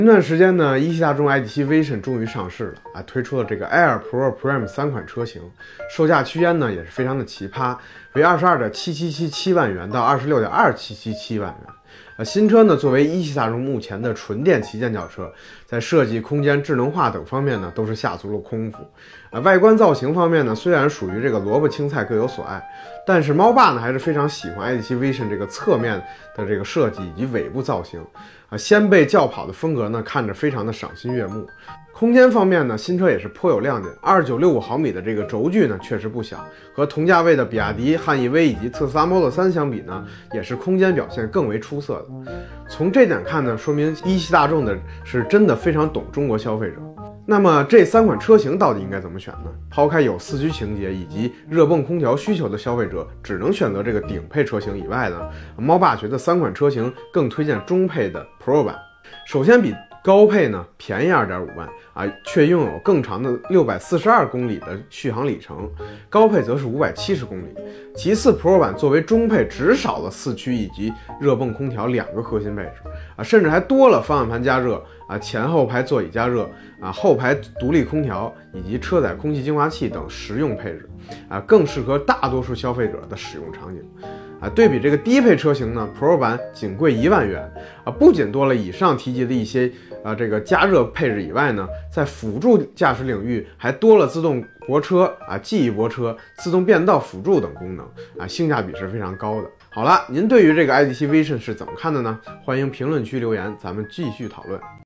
前段时间呢，一汽大众 ID.7 Vision 终于上市了啊，推出了这个 Air、Pro、Prime 3款车型，售价区间呢也是非常的奇葩，为22.7777万元到26.2777万元。新车呢作为一汽大众目前的纯电旗舰轿车，在设计、空间、智能化等方面呢都是下足了功夫。外观造型方面呢，虽然属于这个萝卜青菜各有所爱，但是猫爸呢还是非常喜欢 ID.7 Vision 这个侧面的这个设计以及尾部造型。掀背轿跑的风格呢，看着非常的赏心悦目。空间方面呢，新车也是颇有亮点，2965毫米的这个轴距呢，确实不小，和同价位的比亚迪汉 EV 以及特斯拉 Model 3相比呢，也是空间表现更为出色的。从这点看呢，说明一汽大众的是真的非常懂中国消费者。那么这3款车型到底应该怎么选呢？抛开有四驱情节以及热泵空调需求的消费者只能选择这个顶配车型以外呢，猫爸觉得3款车型更推荐中配的 Pro 版。首先比高配呢便宜2.5万啊，却拥有更长的642公里的续航里程，高配则是570公里。其次 Pro 版作为中配只少了四驱以及热泵空调2个核心配置啊，甚至还多了方向盘加热啊、前后排座椅加热啊、后排独立空调以及车载空气净化器等实用配置啊，更适合大多数消费者的使用场景。对比这个低配车型呢 ，Pro 版仅贵1万元啊，不仅多了以上提及的一些这个加热配置以外呢，在辅助驾驶领域还多了自动泊车啊、记忆泊车、自动变道辅助等功能啊，性价比是非常高的。好了，您对于这个 ID.7 Vision 是怎么看的呢？欢迎评论区留言，咱们继续讨论。